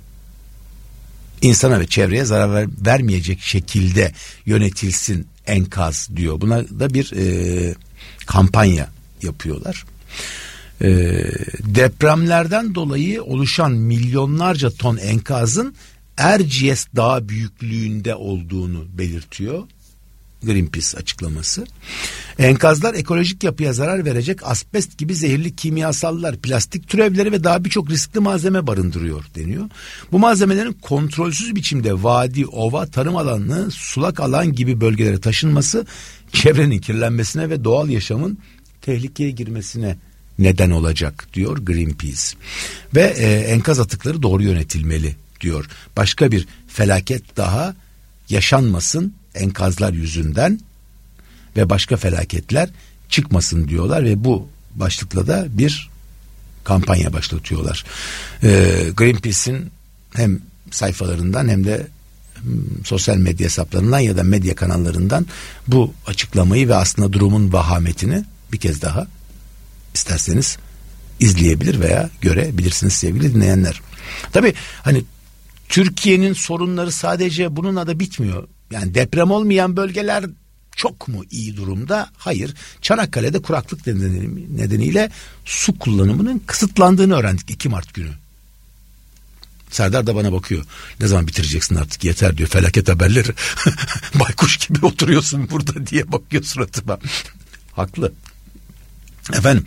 İnsana ve çevreye zarar ver, vermeyecek şekilde yönetilsin enkaz diyor. Buna da bir e, kampanya yapıyorlar. E, depremlerden dolayı oluşan milyonlarca ton enkazın Erciyes Dağı büyüklüğünde olduğunu belirtiyor Greenpeace açıklaması. Enkazlar ekolojik yapıya zarar verecek asbest gibi zehirli kimyasallar, plastik türevleri ve daha birçok riskli malzeme barındırıyor deniyor. Bu malzemelerin kontrolsüz biçimde vadi, ova, tarım alanı, sulak alan gibi bölgelere taşınması çevrenin kirlenmesine ve doğal yaşamın tehlikeye girmesine neden olacak diyor Greenpeace. Ve e, enkaz atıkları doğru yönetilmeli diyor. Başka bir felaket daha yaşanmasın enkazlar yüzünden ve başka felaketler çıkmasın diyorlar ve bu başlıkla da bir kampanya başlatıyorlar. Ee, Greenpeace'in hem sayfalarından hem de hem, sosyal medya hesaplarından ya da medya kanallarından bu açıklamayı ve aslında durumun vahametini bir kez daha isterseniz izleyebilir veya görebilirsiniz sevgili dinleyenler. Tabii hani Türkiye'nin sorunları sadece bununla da bitmiyor. Yani deprem olmayan bölgeler çok mu iyi durumda? Hayır. Çanakkale'de kuraklık nedeniyle su kullanımının kısıtlandığını öğrendik iki Mart günü. Serdar da bana bakıyor. Ne zaman bitireceksin artık, yeter diyor, felaket haberleri. Baykuş gibi oturuyorsun burada diye bakıyor suratıma. Haklı. Efendim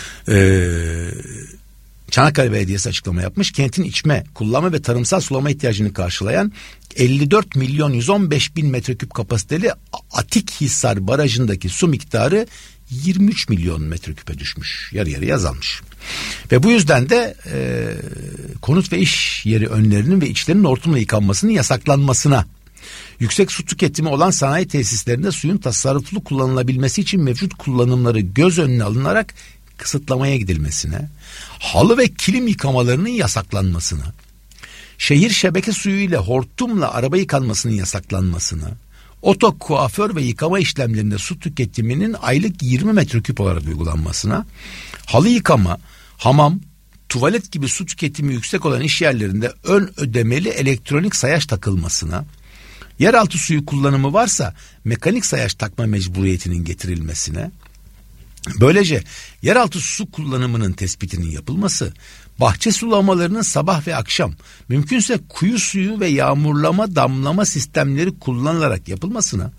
eee Çanakkale Belediyesi açıklama yapmış. Kentin içme, kullanma ve tarımsal sulama ihtiyacını karşılayan elli dört milyon yüz on beş bin metreküp kapasiteli Atikhisar Barajı'ndaki su miktarı yirmi üç milyon metreküpe düşmüş. Yarı yarıya azalmış. Ve bu yüzden de e, konut ve iş yeri önlerinin ve içlerinin hortumla yıkanmasının yasaklanmasına, yüksek su tüketimi olan sanayi tesislerinde suyun tasarruflu kullanılabilmesi için mevcut kullanımları göz önüne alınarak kısıtlamaya gidilmesine, halı ve kilim yıkamalarının yasaklanmasına, şehir şebeke suyu ile hortumla araba yıkanmasının yasaklanmasına, oto, kuaför ve yıkama işlemlerinde su tüketiminin aylık yirmi metreküp olarak uygulanmasına, halı yıkama, hamam, tuvalet gibi su tüketimi yüksek olan iş yerlerinde ön ödemeli elektronik sayaç takılmasına, yeraltı suyu kullanımı varsa mekanik sayaç takma mecburiyetinin getirilmesine, böylece yeraltı su kullanımının tespitinin yapılması, bahçe sulamalarının sabah ve akşam, mümkünse kuyu suyu ve yağmurlama damlama sistemleri kullanılarak yapılmasına,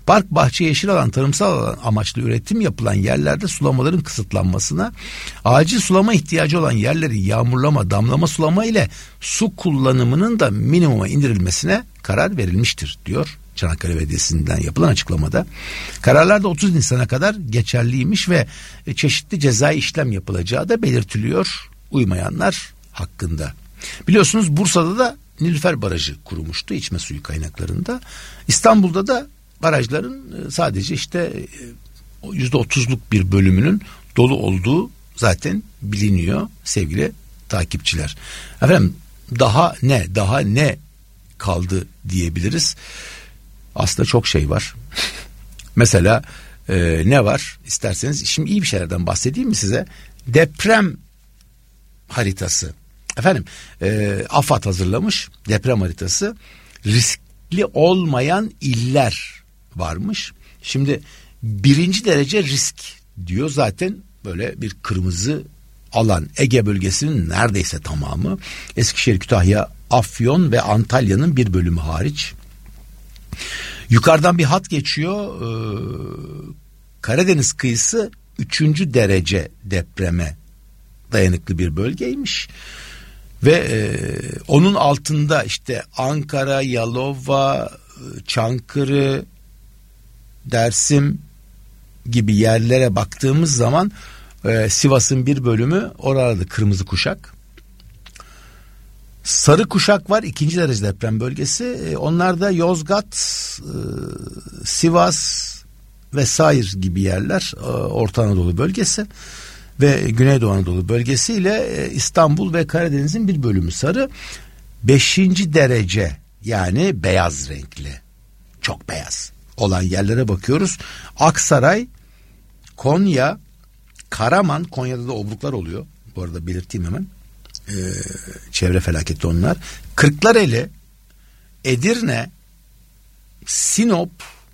Park, bahçe, yeşil alan, tarımsal alan amaçlı üretim yapılan yerlerde sulamaların kısıtlanmasına, acil sulama ihtiyacı olan yerleri yağmurlama, damlama sulama ile su kullanımının da minimuma indirilmesine karar verilmiştir diyor Çanakkale Belediyesi'nden yapılan açıklamada. Kararlar da otuz Nisan'a kadar geçerliymiş ve çeşitli cezai işlem yapılacağı da belirtiliyor uymayanlar hakkında. Biliyorsunuz Bursa'da da Nilüfer Barajı kurulmuştu içme suyu kaynaklarında. İstanbul'da da barajların sadece işte yüzde otuzluk bir bölümünün dolu olduğu zaten biliniyor sevgili takipçiler. Efendim daha ne daha ne kaldı diyebiliriz. Aslında çok şey var. Mesela e, ne var isterseniz şimdi iyi bir şeylerden bahsedeyim mi size? Deprem haritası. Efendim e, AFAD hazırlamış deprem haritası. Riskli olmayan iller varmış. Şimdi birinci derece risk diyor, zaten böyle bir kırmızı alan. Ege bölgesinin neredeyse tamamı, Eskişehir, Kütahya, Afyon ve Antalya'nın bir bölümü hariç. Yukarıdan bir hat geçiyor. Ee, Karadeniz kıyısı üçüncü derece depreme dayanıklı bir bölgeymiş. Ve e, onun altında işte Ankara, Yalova, Çankırı, Dersim gibi yerlere baktığımız zaman e, Sivas'ın bir bölümü orada kırmızı kuşak. Sarı kuşak var, ikinci derece deprem bölgesi. E, onlar da Yozgat, e, Sivas ve Sayır gibi yerler, e, Orta Anadolu bölgesi ve Güneydoğu Anadolu bölgesiyle e, İstanbul ve Karadeniz'in bir bölümü sarı. Beşinci derece yani beyaz renkli, çok beyaz olan yerlere bakıyoruz. Aksaray, Konya, Karaman, Konya'da da obruklar oluyor. Bu arada belirteyim hemen. Ee, çevre felaketi onlar. Kırklareli, Edirne, Sinop,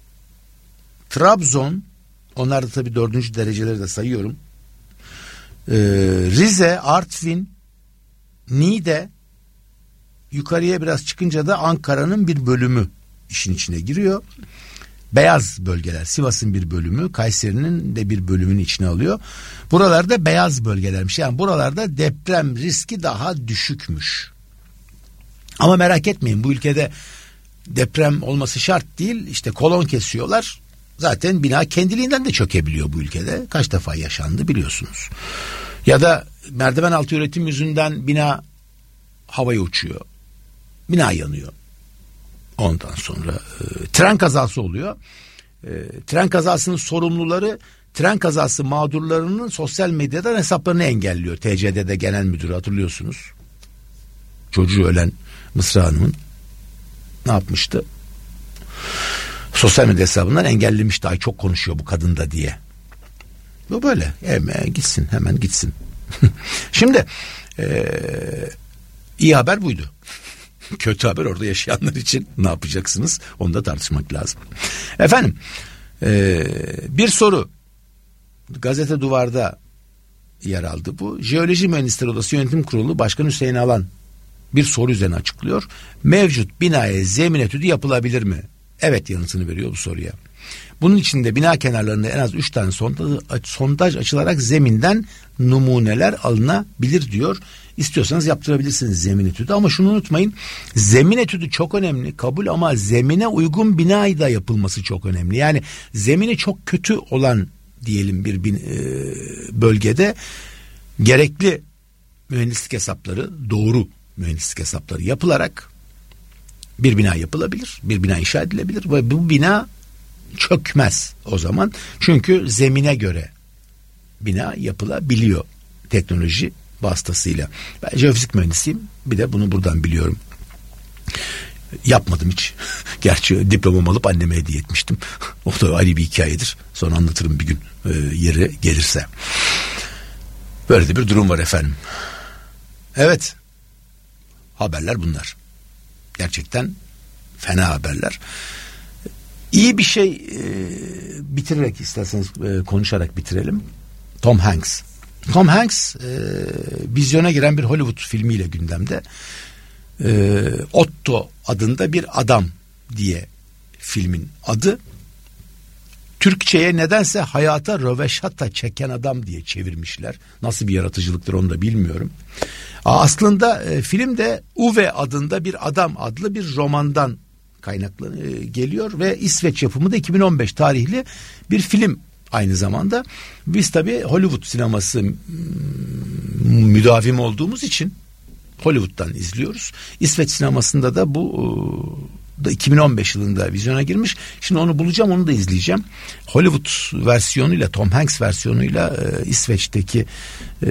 Trabzon, onlar da tabii dördüncü dereceleri de sayıyorum. Ee, Rize, Artvin, Niğde, yukarıya biraz çıkınca da Ankara'nın bir bölümü işin içine giriyor. Beyaz bölgeler, Sivas'ın bir bölümü, Kayseri'nin de bir bölümünü içine alıyor. Buralarda beyaz bölgelermiş. Yani buralarda deprem riski daha düşükmüş. Ama merak etmeyin, bu ülkede deprem olması şart değil. İşte kolon kesiyorlar. Zaten bina kendiliğinden de çökebiliyor bu ülkede. Kaç defa yaşandı biliyorsunuz. Ya da merdiven altı üretim yüzünden bina havaya uçuyor. Bina yanıyor. Ondan sonra e, tren kazası oluyor. E, tren kazasının sorumluları tren kazası mağdurlarının sosyal medyadan hesaplarını engelliyor. T C D'de genel müdürü, hatırlıyorsunuz. Çocuğu ölen Mısra Hanım'ın ne yapmıştı? Sosyal medya hesabından engellemişti. Ay çok konuşuyor bu kadın da diye. Bu böyle. Hemen gitsin, hemen gitsin. Şimdi e, iyi haber buydu. Kötü haber orada yaşayanlar için ne yapacaksınız? Onu da tartışmak lazım. Efendim e, bir soru Gazete Duvar'da yer aldı bu. Jeoloji Mühendisleri Odası Yönetim Kurulu Başkanı Hüseyin Alan bir soru üzerine açıklıyor. Mevcut binaya zemin etüdü yapılabilir mi? Evet yanıtını veriyor bu soruya. Bunun için de bina kenarlarında en az üç tane sondaj, sondaj açılarak zeminden numuneler alınabilir diyor. İstiyorsanız yaptırabilirsiniz zemin etüdü ama şunu unutmayın. Zemin etüdü çok önemli kabul ama zemine uygun binayı da yapılması çok önemli. Yani zemini çok kötü olan diyelim bir bin, e, bölgede gerekli mühendislik hesapları, doğru mühendislik hesapları yapılarak bir bina yapılabilir. Bir bina inşa edilebilir ve bu bina çökmez o zaman. Çünkü zemine göre bina yapılabiliyor teknoloji vasıtasıyla. Ben jeofizik mühendisiyim. Bir de bunu buradan biliyorum. Yapmadım hiç. Gerçi diplomamı alıp anneme hediye etmiştim. O da ayrı bir hikayedir. Sonra anlatırım bir gün e, yeri gelirse. Böyle de bir durum var efendim. Evet. Haberler bunlar. Gerçekten fena haberler. İyi bir şey e, bitirerek isterseniz e, konuşarak bitirelim. Tom Hanks. Tom Hanks e, vizyona giren bir Hollywood filmiyle gündemde. E, Otto adında bir adam diye filmin adı. Türkçe'ye nedense hayata röveşata çeken adam diye çevirmişler. Nasıl bir yaratıcılıktır onu da bilmiyorum. Aslında e, filmde Uwe adında bir adam adlı bir romandan kaynaklı e, geliyor ve İsveç yapımı da iki bin on beş tarihli bir film aynı zamanda. Biz tabii Hollywood sineması m- müdavimi olduğumuz için Hollywood'dan izliyoruz. İsveç sinemasında da bu da iki bin on beş yılında vizyona girmiş. Şimdi onu bulacağım, onu da izleyeceğim. Hollywood versiyonuyla, Tom Hanks versiyonuyla e, İsveç'teki e,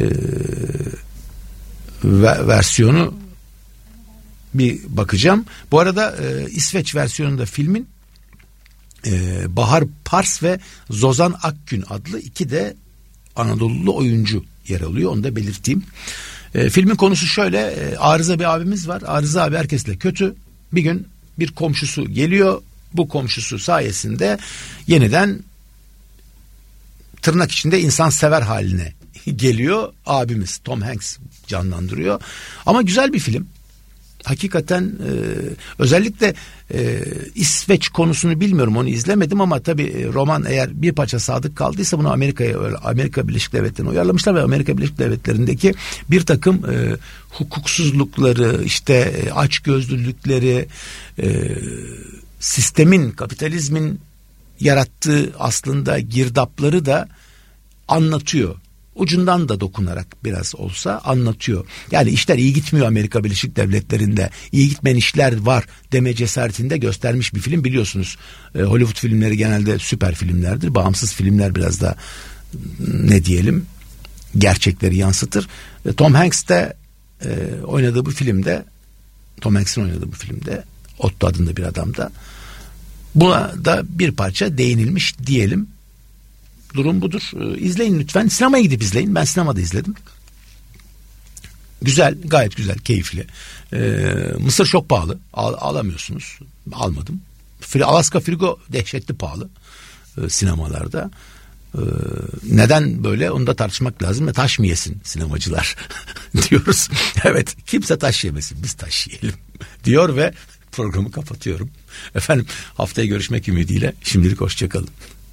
ve, versiyonu bir bakacağım. Bu arada e, İsveç versiyonunda filmin e, Bahar Pars ve Zozan Akgün adlı iki de Anadolulu oyuncu yer alıyor. Onu da belirteyim. E, filmin konusu şöyle. E, Arıza bir abimiz var. Arıza abi herkesle kötü. Bir gün bir komşusu geliyor. Bu komşusu sayesinde yeniden tırnak içinde insansever haline geliyor. Abimiz Tom Hanks canlandırıyor. Ama güzel bir film. Hakikaten e, özellikle e, İsveç konusunu bilmiyorum, onu izlemedim ama tabii roman eğer bir parça sadık kaldıysa bunu Amerika'ya, Amerika Birleşik Devletleri'ne uyarlamışlar ve Amerika Birleşik Devletleri'ndeki bir takım e, hukuksuzlukları, işte e, açgözlülükleri, e, sistemin, kapitalizmin yarattığı aslında girdapları da anlatıyor. Ucundan da dokunarak biraz olsa anlatıyor. Yani işler iyi gitmiyor Amerika Birleşik Devletleri'nde. İyi gitmeyen işler var deme cesaretinde göstermiş bir film, biliyorsunuz. E, Hollywood filmleri genelde süper filmlerdir. Bağımsız filmler biraz da ne diyelim gerçekleri yansıtır. E, Tom Hanks de e, oynadığı bu filmde, Tom Hanks'in oynadığı bu filmde Otto adında bir adamda buna da bir parça değinilmiş diyelim. Durum budur. İzleyin lütfen. Sinemaya gidip izleyin. Ben sinemada izledim. Güzel, gayet güzel, keyifli. Ee, Mısır çok pahalı. Al, alamıyorsunuz. Almadım. Alaska Frigo dehşetli pahalı ee, sinemalarda. Ee, neden böyle? Onu da tartışmak lazım. Ve taş mı yesin sinemacılar diyoruz. Evet, kimse taş yemesin. Biz taş yiyelim diyor ve programı kapatıyorum. Efendim, haftaya görüşmek ümidiyle. Şimdilik hoşça kalın.